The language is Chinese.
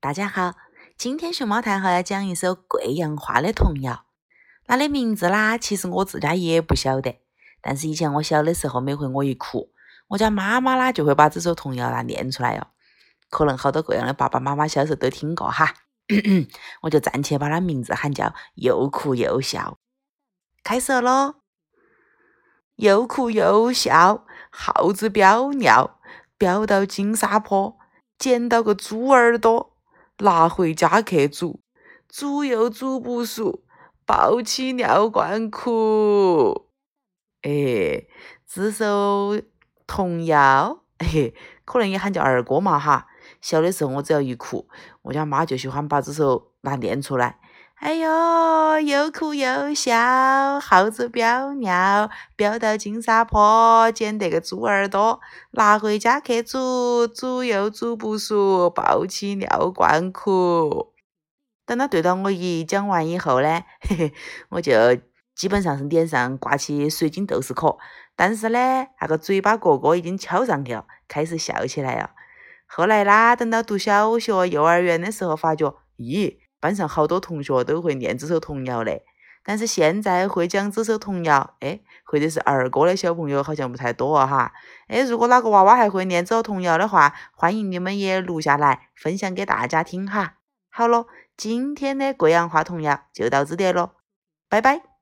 大家好，今天熊猫太后要讲一首贵阳话的童谣。它的名字啦，其实我自家也不晓得，但是以前我小的时候，每回我一哭，我家妈妈啦就会把这首童谣啦念出来哦。可能好多贵阳的爸爸妈妈小时候都听过哈，我就暂且把它名字喊叫又哭又笑。开始咯，又哭又笑，耗子飙尿，飙到金沙坡，捡到个猪耳朵，拿回家去煮，煮又煮不熟，抱起尿罐哭。这首童谣可能也喊叫儿歌嘛哈。小的时候我只要一哭，我家妈就喜欢把这首拿念出来。哎呦，又哭又笑，耗子飙尿，飙到金沙坡，捡得个猪耳朵，拿回家去煮，煮又煮不熟，抱起尿罐哭。等他对到我一讲完以后呢，我就基本上是脸上挂起水晶豆豉壳，但是呢，那个嘴巴角角已经翘上去了，开始笑起来了。后来啦，等到读小学、幼儿园的时候，发觉，班上好多同学都会念这首童谣嘞。但是现在会讲这首童谣，或者是儿歌的小朋友好像不太多哈。如果哪个娃娃还会念这首童谣的话，欢迎你们也录下来，分享给大家听哈。好了，今天的贵阳话童谣就到这里了，拜拜。